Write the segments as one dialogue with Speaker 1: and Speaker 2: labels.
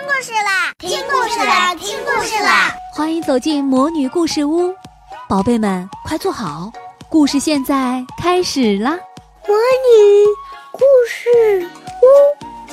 Speaker 1: 故事啦！听故事啦！听故事啦！
Speaker 2: 欢迎走进魔女故事屋，宝贝们快坐好，故事现在开始啦！
Speaker 3: 魔女故事屋。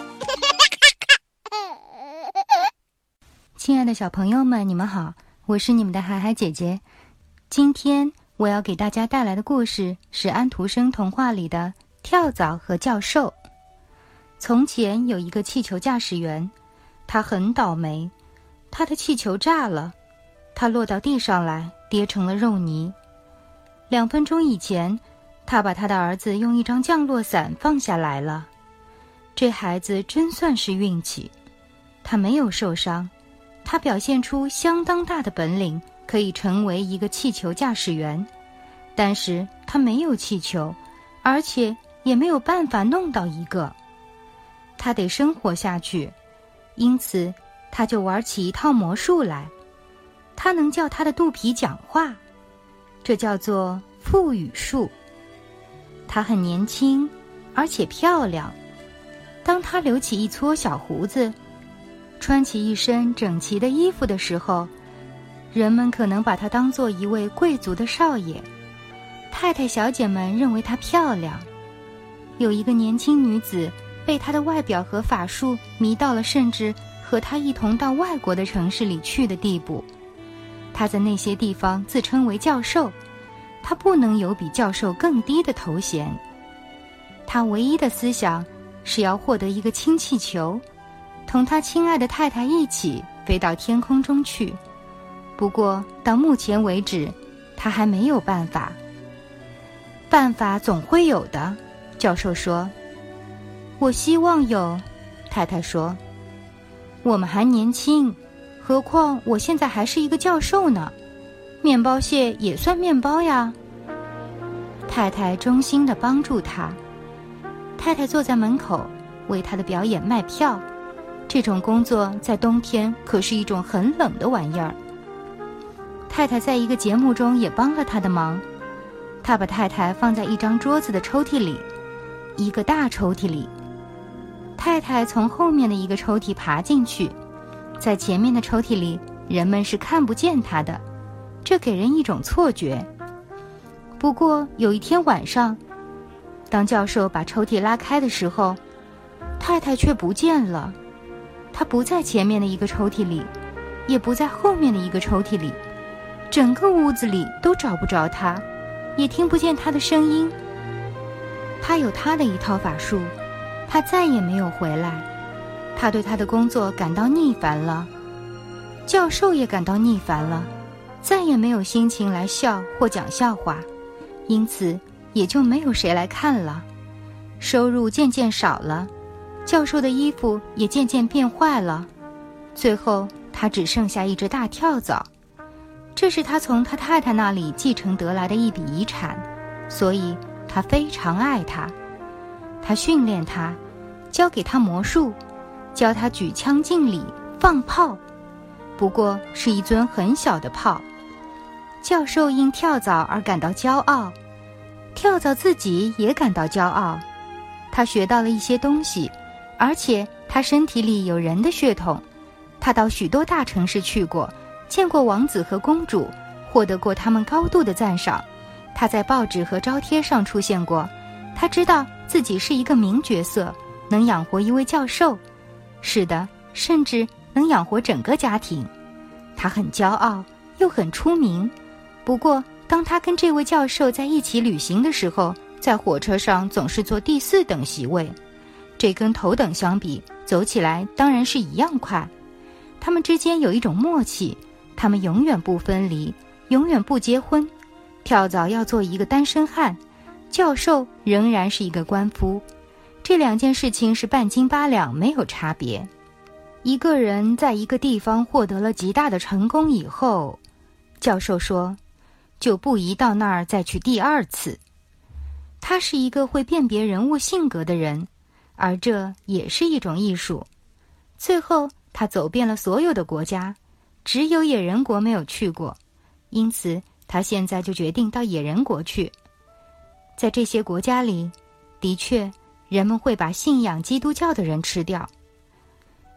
Speaker 4: 亲爱的小朋友们，你们好，我是你们的海海姐姐。今天我要给大家带来的故事是安徒生童话里的跳蚤和教授。从前有一个气球驾驶员，他很倒霉，他的气球炸了，他落到地上来，跌成了肉泥。2分钟以前，他把他的儿子用一张降落伞放下来了。这孩子真算是运气，他没有受伤，他表现出相当大的本领，可以成为一个气球驾驶员。但是他没有气球，而且也没有办法弄到一个。他得生活下去，因此他就玩起一套魔术来。他能叫他的肚皮讲话，这叫做腹语术。他很年轻，而且漂亮。当他留起一撮小胡子，穿起一身整齐的衣服的时候，人们可能把他当作一位贵族的少爷。太太小姐们认为她漂亮。有一个年轻女子被她的外表和法术迷到了，甚至和她一同到外国的城市里去的地步。她在那些地方自称为教授，她不能有比教授更低的头衔。她唯一的思想是要获得一个氢气球，同他亲爱的太太一起飞到天空中去。不过到目前为止，他还没有办法。办法总会有的，教授说。我希望有，太太说。我们还年轻，何况我现在还是一个教授呢。面包屑也算面包呀。太太衷心地帮助他。太太坐在门口，为他的表演卖票。这种工作在冬天可是一种很冷的玩意儿。太太在一个节目中也帮了他的忙。他把太太放在一张桌子的抽屉里，一个大抽屉里。太太从后面的一个抽屉爬进去，在前面的抽屉里，人们是看不见她的，这给人一种错觉。不过有一天晚上，当教授把抽屉拉开的时候，太太却不见了。她不在前面的一个抽屉里，也不在后面的一个抽屉里，整个屋子里都找不着她，也听不见她的声音。她有她的一套法术，她再也没有回来。她对她的工作感到腻烦了，教授也感到腻烦了，再也没有心情来笑或讲笑话，因此也就没有谁来看了。收入渐渐少了，教授的衣服也渐渐变坏了，最后他只剩下一只大跳蚤。这是他从他太太那里继承得来的一笔遗产，所以他非常爱他。他训练他，教给他魔术，教他举枪敬礼放炮，不过是一尊很小的炮。教授因跳蚤而感到骄傲，跳蚤自己也感到骄傲。他学到了一些东西，而且他身体里有人的血统。他到许多大城市去过，见过王子和公主，获得过他们高度的赞赏。他在报纸和招贴上出现过，他知道自己是一个名角色，能养活一位教授。是的，甚至能养活整个家庭。他很骄傲，又很出名。不过当他跟这位教授在一起旅行的时候，在火车上总是坐第4等席位，这跟头等相比，走起来当然是一样快。他们之间有一种默契，他们永远不分离，永远不结婚。跳蚤要做一个单身汉，教授仍然是一个官夫。这2件事情是半斤八两，没有差别。一个人在一个地方获得了极大的成功以后，教授说，就不宜到那儿再去第2次。他是一个会辨别人物性格的人，而这也是一种艺术。最后他走遍了所有的国家，只有野人国没有去过，因此他现在就决定到野人国去。在这些国家里，的确人们会把信仰基督教的人吃掉。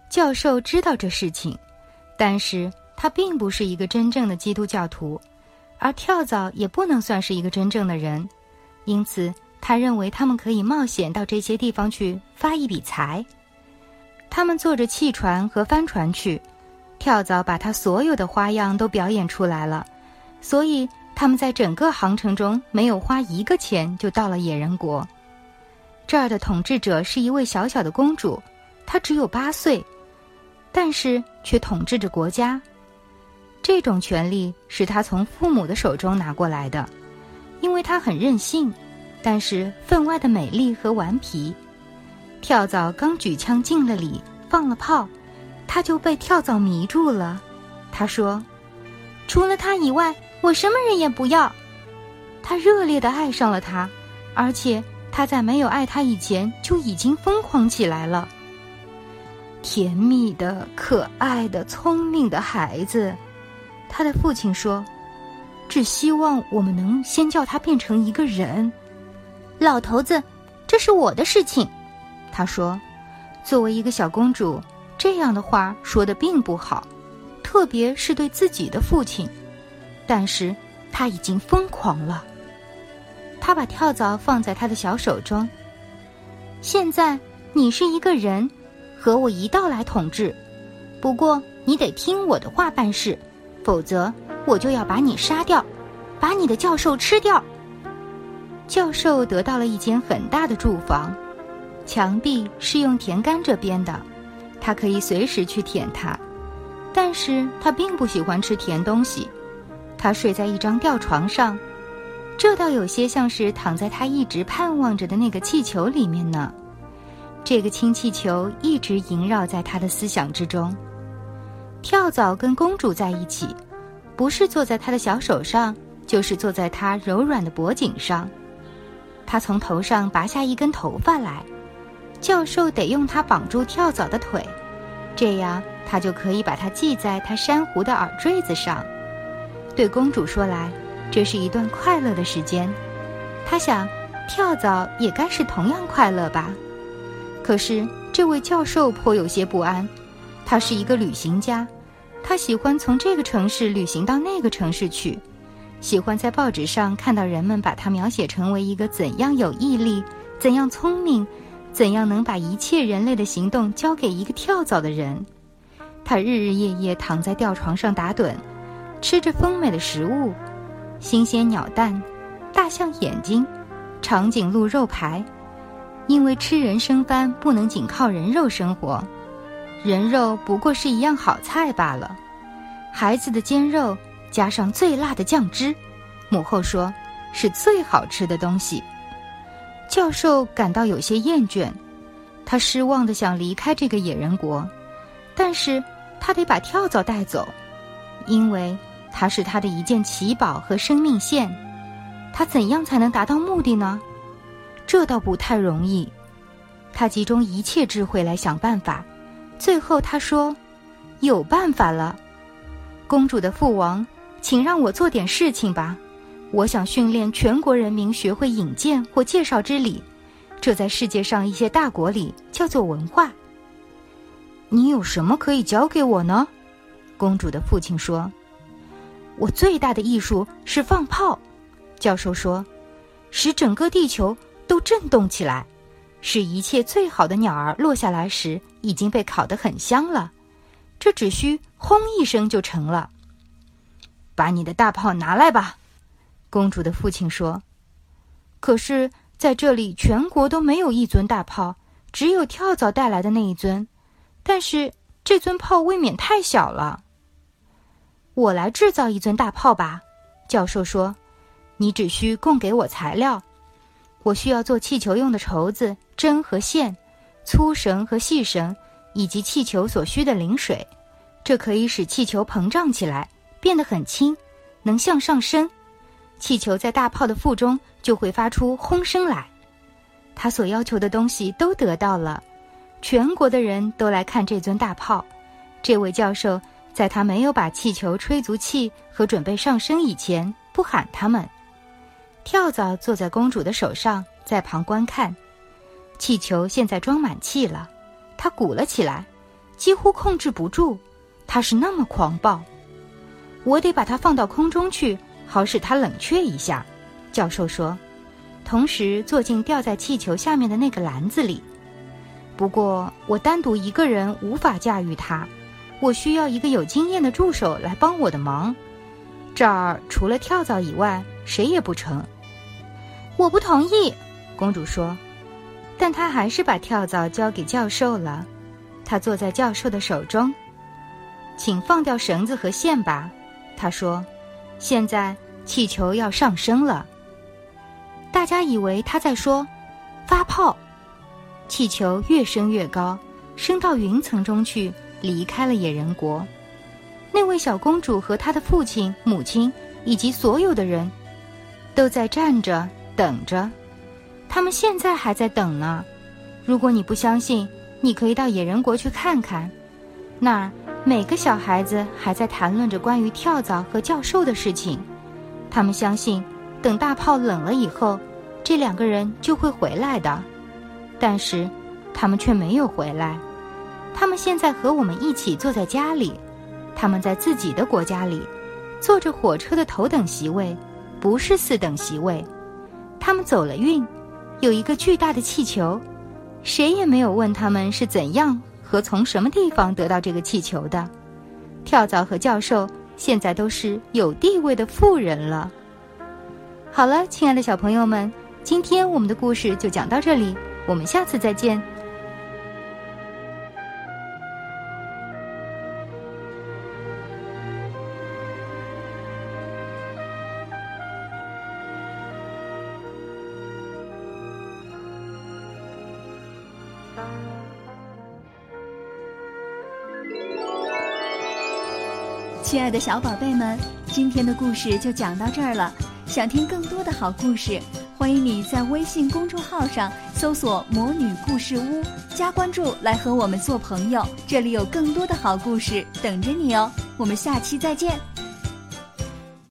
Speaker 4: 教授知道这事情，但是他并不是一个真正的基督教徒，而跳蚤也不能算是一个真正的人，因此他认为他们可以冒险到这些地方去发一笔财。他们坐着汽船和帆船去，跳蚤把他所有的花样都表演出来了，所以他们在整个航程中没有花一个钱就到了野人国。这儿的统治者是一位小小的公主，她只有8岁，但是却统治着国家。这种权力是她从父母的手中拿过来的，因为她很任性，但是分外的美丽和顽皮。跳蚤刚举枪进了里，放了炮，她就被跳蚤迷住了。她说：“除了他以外，我什么人也不要。”她热烈地爱上了他，而且他在没有爱他以前就已经疯狂起来了。甜蜜的、可爱的、聪明的孩子，他的父亲说，只希望我们能先叫他变成一个人。老头子，这是我的事情。他说，作为一个小公主，这样的话说得并不好，特别是对自己的父亲。但是他已经疯狂了。他把跳蚤放在他的小手中。现在你是一个人，和我一道来统治，不过你得听我的话办事，否则我就要把你杀掉，把你的教授吃掉。教授得到了一间很大的住房，墙壁是用甜甘蔗编的，他可以随时去舔它，但是他并不喜欢吃甜东西。他睡在一张吊床上，这倒有些像是躺在他一直盼望着的那个气球里面呢。这个氢气球一直萦绕在他的思想之中。跳蚤跟公主在一起，不是坐在他的小手上，就是坐在他柔软的脖颈上。他从头上拔下一根头发来，教授得用它绑住跳蚤的腿，这样他就可以把它系在他珊瑚的耳坠子上。对公主说来，这是一段快乐的时间。她想，跳蚤也该是同样快乐吧。可是这位教授颇有些不安，他是一个旅行家，他喜欢从这个城市旅行到那个城市去，喜欢在报纸上看到人们把他描写成为一个怎样有毅力、怎样聪明、怎样能把一切人类的行动交给一个跳蚤的人。他日日夜夜躺在吊床上打盹，吃着丰美的食物，新鲜鸟蛋、大象眼睛、长颈鹿肉排，因为吃人生番不能仅靠人肉生活，人肉不过是一样好菜罢了。孩子的煎肉加上最辣的酱汁，母后说是最好吃的东西。教授感到有些厌倦，他失望地想离开这个野人国，但是他得把跳蚤带走，因为它是他的一件奇宝和生命线。他怎样才能达到目的呢？这倒不太容易。他集中一切智慧来想办法，最后他说，有办法了。公主的父王，请让我做点事情吧，我想训练全国人民学会引荐或介绍之礼，这在世界上一些大国里叫做文化。你有什么可以教给我呢？公主的父亲说。我最大的艺术是放炮，教授说，使整个地球都震动起来，使一切最好的鸟儿落下来时已经被烤得很香了，这只需轰一声就成了。把你的大炮拿来吧，公主的父亲说。可是在这里全国都没有一尊大炮，只有跳蚤带来的那一尊，但是这尊炮未免太小了。我来制造一尊大炮吧，教授说，你只需供给我材料。我需要做气球用的绸子、针和线、粗绳和细绳，以及气球所需的淋水，这可以使气球膨胀起来，变得很轻，能向上升。气球在大炮的腹中就会发出轰声来。他所要求的东西都得到了，全国的人都来看这尊大炮。这位教授在他没有把气球吹足气和准备上升以前，不喊他们。跳蚤坐在公主的手上，在旁观看。气球现在装满气了，它鼓了起来， 几乎控制不住，它是那么狂暴。我得把它放到空中去，好使它冷却一下，教授说，同时坐进吊在气球下面的那个篮子里。不过我单独一个人无法驾驭它，我需要一个有经验的助手来帮我的忙。这儿除了跳蚤以外，谁也不成。我不同意，公主说，但她还是把跳蚤交给教授了。她坐在教授的手中。请放掉绳子和线吧，她说，现在气球要上升了。大家以为她在说发炮。气球越升越高，升到云层中去，离开了野人国。那位小公主和她的父亲、母亲以及所有的人都在站着等着，他们现在还在等呢。如果你不相信，你可以到野人国去看看，那儿每个小孩子还在谈论着关于跳蚤和教授的事情。他们相信，等大炮冷了以后，这两个人就会回来的。但是他们却没有回来。他们现在和我们一起坐在家里，他们在自己的国家里坐着火车的头等席位，不是4等席位。他们走了运，有一个巨大的气球，谁也没有问他们是怎样和从什么地方得到这个气球的。跳蚤和教授现在都是有地位的富人了。好了，亲爱的小朋友们，今天我们的故事就讲到这里，我们下次再见。
Speaker 2: 亲爱的小宝贝们，今天的故事就讲到这儿了。想听更多的好故事，欢迎你在微信公众号上搜索魔女故事屋，加关注来和我们做朋友，这里有更多的好故事等着你哦。我们下期再见。